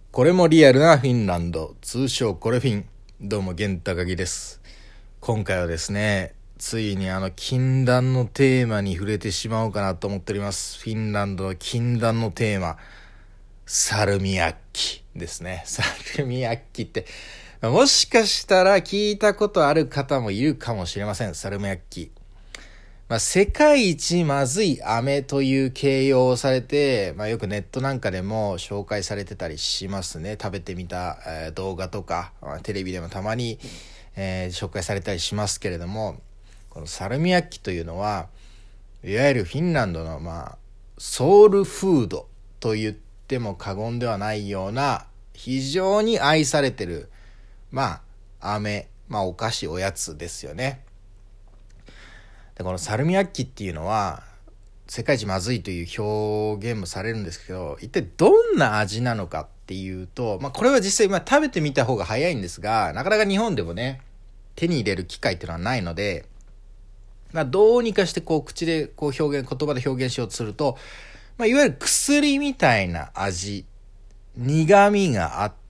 これもリアルなフィンランド、通称コレフィン。どうも源高木です。今回はですね、ついに禁断のテーマに触れてしまおうかなと思っております。フィンランドの禁断のテーマ、サルミアッキですね。サルミアッキって、もしかしたら聞いたことある方もいるかもしれません。サルミアッキ。世界一まずい飴という形容をされて、よくネットなんかでも紹介されてたりしますね。食べてみた、動画とか、テレビでもたまに、紹介されたりしますけれども、このサルミアッキというのは、いわゆるフィンランドの、ソウルフードと言っても過言ではないような、非常に愛されてる、飴、お菓子、おやつですよね。でこのサルミアッキっていうのは世界一まずいという表現もされるんですけど、一体どんな味なのかっていうと、これは実際食べてみた方が早いんですが、なかなか日本でもね手に入れる機会っていうのはないので、どうにかして口で言葉で表現しようとすると、いわゆる薬みたいな味、苦味があって、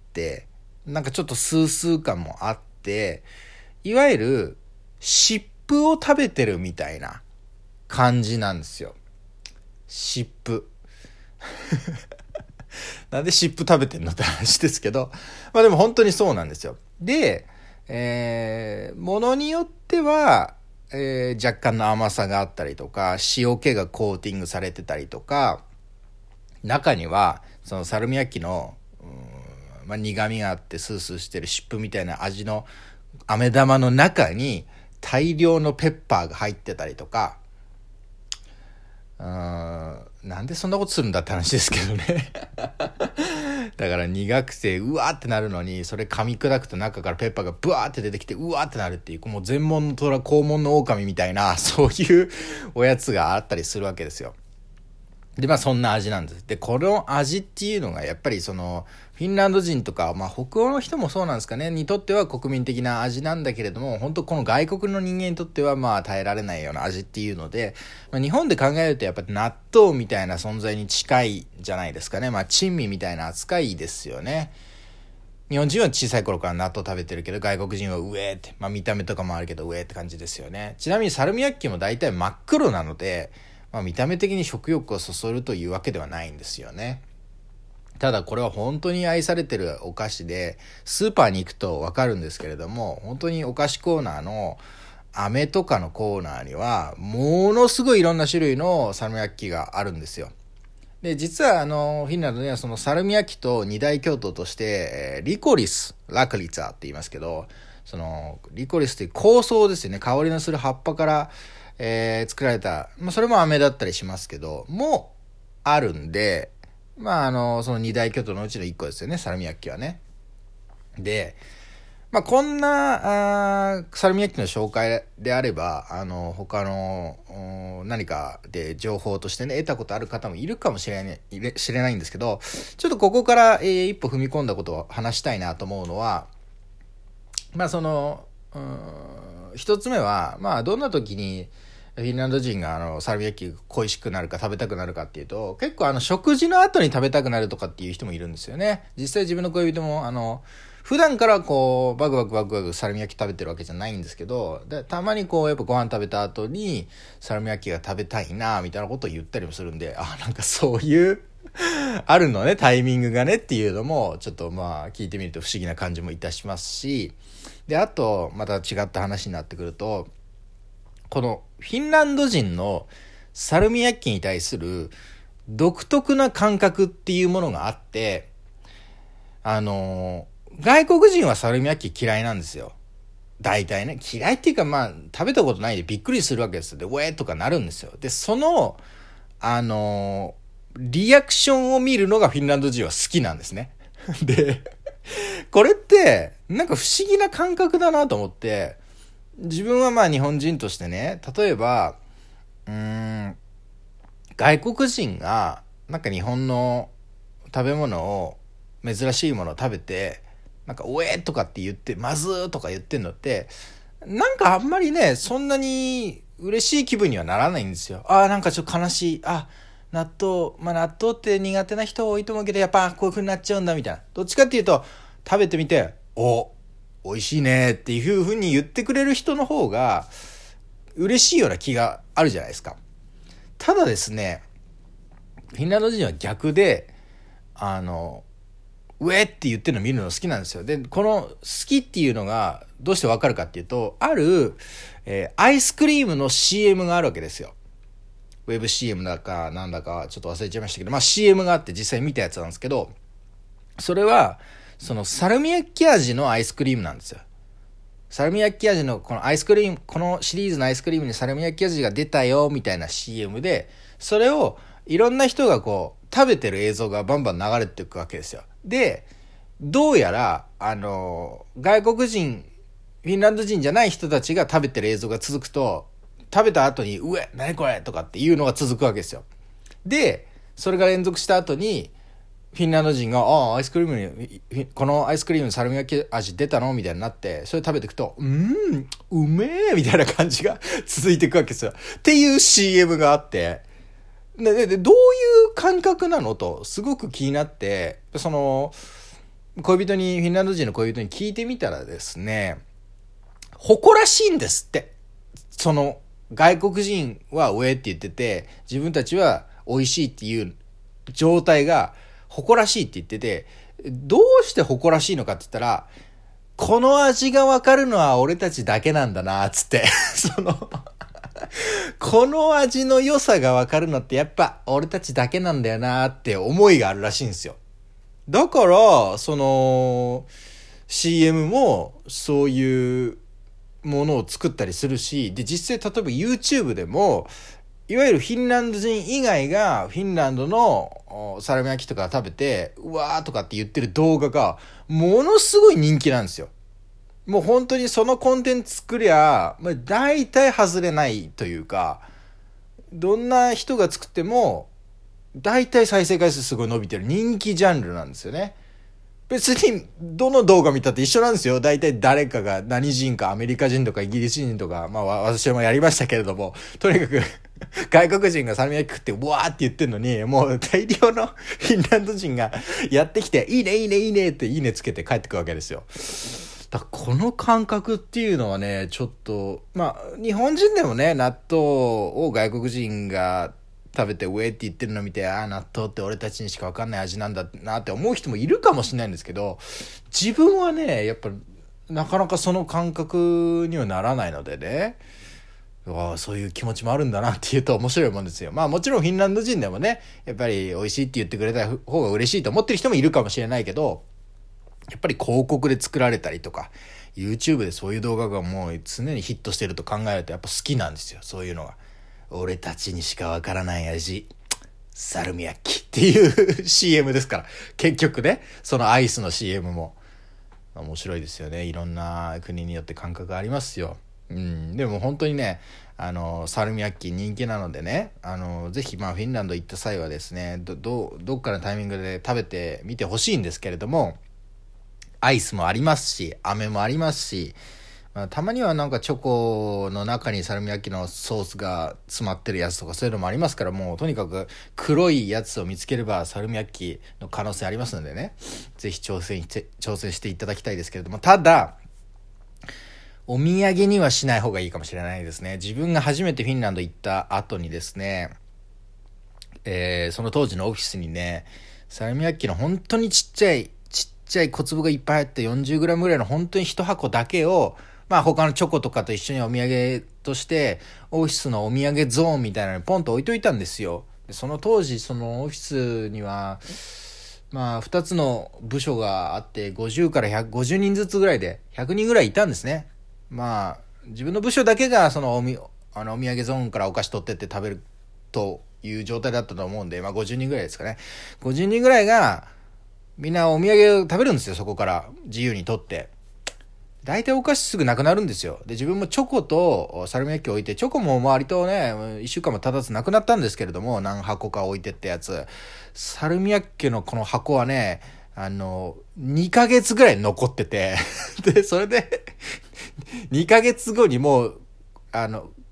ちょっとスースー感もあって、いわゆる湿布を食べてるみたいな感じなんですよ。湿布なんで湿布食べてんのって話ですけど、でも本当にそうなんですよ。で、ものによっては、若干の甘さがあったりとか、塩気がコーティングされてたりとか、中にはそのサルミアッキの苦味があってスースーしてる湿布みたいな味の飴玉の中に大量のペッパーが入ってたりとか、なんでそんなことするんだって話ですけどねだから苦くてうわーってなるのに、それ噛み砕くと中からペッパーがブワーって出てきてうわーってなるっていう、もう全門の虎肛門の狼みたいな、そういうおやつがあったりするわけですよ。でそんな味なんです。でこの味っていうのがやっぱりそのフィンランド人とか、北欧の人もそうなんですかね、にとっては国民的な味なんだけれども、本当この外国の人間にとっては耐えられないような味っていうので、日本で考えるとやっぱり納豆みたいな存在に近いじゃないですかね。珍味みたいな扱いですよね。日本人は小さい頃から納豆食べてるけど、外国人は上って、見た目とかもあるけど上って感じですよね。ちなみにサルミアッキも大体真っ黒なので、見た目的に食欲をそそるというわけではないんですよね。ただこれは本当に愛されてるお菓子で、スーパーに行くとわかるんですけれども、本当にお菓子コーナーの飴とかのコーナーにはものすごいいろんな種類のサルミアッキがあるんですよ。で実はフィンランドにはそのサルミアッキと二大巨頭として、リコリス、ラクリツァって言いますけど、そのリコリスという香草ですよね。香りのする葉っぱから作られた、それも飴だったりしますけどもあるんで、その二大巨頭のうちの一個ですよね、サルミアッキはね。でこんなサルミアッキの紹介であれば、他の何かで情報としてね得たことある方もいるかもしれないんですけど、ちょっとここから、一歩踏み込んだことを話したいなと思うのは、一つ目はどんな時にフィンランド人がサルミアッキが恋しくなるか食べたくなるかっていうと、結構食事の後に食べたくなるとかっていう人もいるんですよね。実際自分の恋人も普段からバクバクサルミアッキ食べてるわけじゃないんですけど、たまにやっぱご飯食べた後にサルミアッキが食べたいなみたいなことを言ったりもするんで、なんかそういうあるのね、タイミングがねっていうのもちょっと聞いてみると不思議な感じもいたしますし、であとまた違った話になってくると、このフィンランド人のサルミアッキに対する独特な感覚っていうものがあって、外国人はサルミアッキ嫌いなんですよ。大体ね、嫌いっていうか食べたことないでびっくりするわけですよ。でウェーとかなるんですよ。でそのリアクションを見るのがフィンランド人は好きなんですね。でこれってなんか不思議な感覚だなと思って、自分は日本人としてね、例えば外国人がなんか日本の食べ物を珍しいものを食べてなんかおえとかって言ってまずーとか言ってんのって、なんかあんまりねそんなに嬉しい気分にはならないんですよ。なんかちょっと悲しい、 納豆って苦手な人多いと思うけど、やっぱこういう風になっちゃうんだみたいな。どっちかっていうと、食べてみて、美味しいねっていう風に言ってくれる人の方が嬉しいような気があるじゃないですか。ただですね、フィンランド人は逆で、うえって言ってるの見るの好きなんですよ。で、この好きっていうのがどうしてわかるかっていうと、ある、アイスクリームの CM があるわけですよ。ウェブ CM だかなんだかちょっと忘れちゃいましたけど、CM があって実際見たやつなんですけど、それは、そのサルミアッキ味のアイスクリームなんですよ。サルミアッキ味のこのアイスクリーム、このシリーズのアイスクリームにサルミアッキ味が出たよみたいな CM で、それをいろんな人がこう食べてる映像がバンバン流れていくわけですよ。で、どうやら外国人、フィンランド人じゃない人たちが食べてる映像が続くと、食べた後に何これとかっていうのが続くわけですよ。で、それが連続した後にフィンランド人がアイスクリームにこのアイスクリームにサルミアッキ味出たのみたいになって、それ食べていくとうめえみたいな感じが続いていくわけですよっていう CM があって、でどういう感覚なのとすごく気になって、そのフィンランド人の恋人に聞いてみたらですね、誇らしいんですって。その外国人はウェって言ってて、自分たちは美味しいっていう状態が誇らしいって言ってて、どうして誇らしいのかって言ったら、この味が分かるのは俺たちだけなんだなつってこの味の良さが分かるのってやっぱ俺たちだけなんだよなって思いがあるらしいんですよ。だからその CM もそういうものを作ったりするし、で実際例えば YouTube でもいわゆるフィンランド人以外がフィンランドのサラミ焼きとか食べてうわーとかって言ってる動画がものすごい人気なんですよ。もう本当にそのコンテンツ作りゃ大体外れないというか、どんな人が作っても大体再生回数すごい伸びてる人気ジャンルなんですよね。別にどの動画見たって一緒なんですよ。大体誰かが何人かアメリカ人とかイギリス人とか、私もやりましたけれども、とにかく外国人がサルミ焼き食ってうわーって言ってんのに、もう大量のフィンランド人がやってきていいねいいねいいねっていいねつけて帰ってくるわけですよ。だからこの感覚っていうのはね、ちょっと日本人でもね、納豆を外国人が食べてウェイって言ってるのを見て、納豆って俺たちにしか分かんない味なんだなって思う人もいるかもしれないんですけど、自分はねやっぱなかなかその感覚にはならないのでね、そういう気持ちもあるんだなっていうと面白いもんですよ。もちろんフィンランド人でもね、やっぱり美味しいって言ってくれた方が嬉しいと思ってる人もいるかもしれないけど、やっぱり広告で作られたりとか YouTube でそういう動画がもう常にヒットしてると考えるとやっぱ好きなんですよ、そういうのが。俺たちにしかわからない味、サルミヤッキっていうCM ですから、結局ね、そのアイスの CM も面白いですよね。いろんな国によって感覚がありますよ。でも本当にね、サルミヤッキ人気なのでね、ぜひフィンランド行った際はですね、どっかのタイミングで食べてみてほしいんですけれども、アイスもありますし、飴もありますし、たまにはなんかチョコの中にサルミ焼きのソースが詰まってるやつとかそういうのもありますから、もうとにかく黒いやつを見つければサルミ焼きの可能性ありますのでね、ぜひ挑戦していただきたいですけれども、ただお土産にはしない方がいいかもしれないですね。自分が初めてフィンランド行った後にですね、その当時のオフィスにね、サルミ焼きの本当にちっちゃい小粒がいっぱい入って 40g ぐらいの本当に1箱だけを、他のチョコとかと一緒にお土産としてオフィスのお土産ゾーンみたいなのにポンと置いといたんですよ。でその当時そのオフィスには2つの部署があって50から150人ずつぐらいで100人ぐらいいたんですね。自分の部署だけがそのお土産ゾーンからお菓子取ってって食べるという状態だったと思うんで、50人ぐらいですかね。50人ぐらいがみんなお土産を食べるんですよ。そこから自由に取って。大体お菓子すぐなくなるんですよ。で、自分もチョコとサルミヤッキ置いて、チョコも割とね、1週間も経たずなくなったんですけれども、何箱か置いてってやつ。サルミヤッキのこの箱はね、2ヶ月ぐらい残ってて、で、それで、2ヶ月後にもう、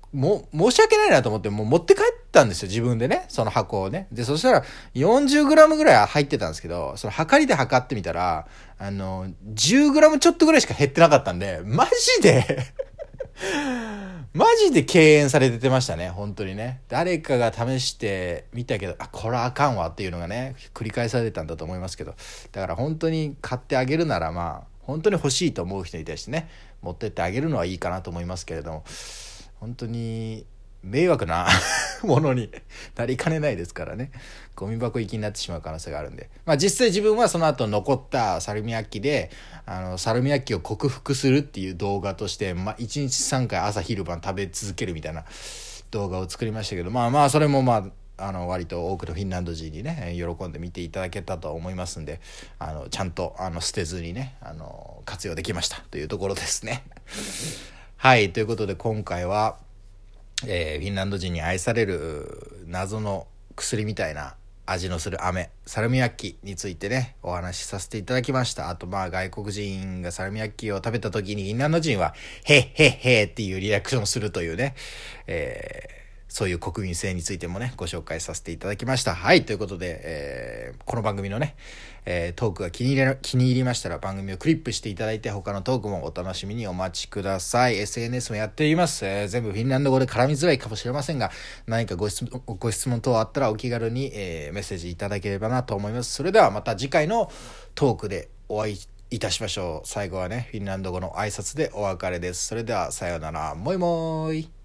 申し訳ないなと思って、もう持って帰ったんですよ、自分でね、その箱をね。で、そしたら 40g ぐらい入ってたんですけど、その測りで測ってみたら、10g ちょっとぐらいしか減ってなかったんで、マジでマジで敬遠されてましたね、本当にね。誰かが試してみたけど、これはあかんわっていうのがね、繰り返されたんだと思いますけど、だから本当に買ってあげるなら、本当に欲しいと思う人に対してね、持ってってあげるのはいいかなと思いますけれども、本当に迷惑なものになりかねないですからね。ゴミ箱行きになってしまう可能性があるんで、実際自分はその後残ったサルミアッキでサルミアッキを克服するっていう動画として、1日3回朝昼晩食べ続けるみたいな動画を作りましたけど、それも割と多くのフィンランド人にね喜んで見ていただけたと思いますんで、ちゃんと捨てずにね活用できましたというところですね。はい、ということで今回は、フィンランド人に愛される謎の薬みたいな味のする飴、サルミアッキについてねお話しさせていただきました。あと外国人がサルミアッキを食べた時にフィンランド人はへっへっへっていうリアクションをするというね、そういう国民性についてもねご紹介させていただきました。はい、ということで、この番組のね、トークが気に入りましたら番組をクリップしていただいて、他のトークもお楽しみにお待ちください。 SNS もやっています。全部フィンランド語で絡みづらいかもしれませんが、何かご質問等あったらお気軽に、メッセージいただければなと思います。それではまた次回のトークでお会いいたしましょう。最後はねフィンランド語の挨拶でお別れです。それではさようなら、もいもーい。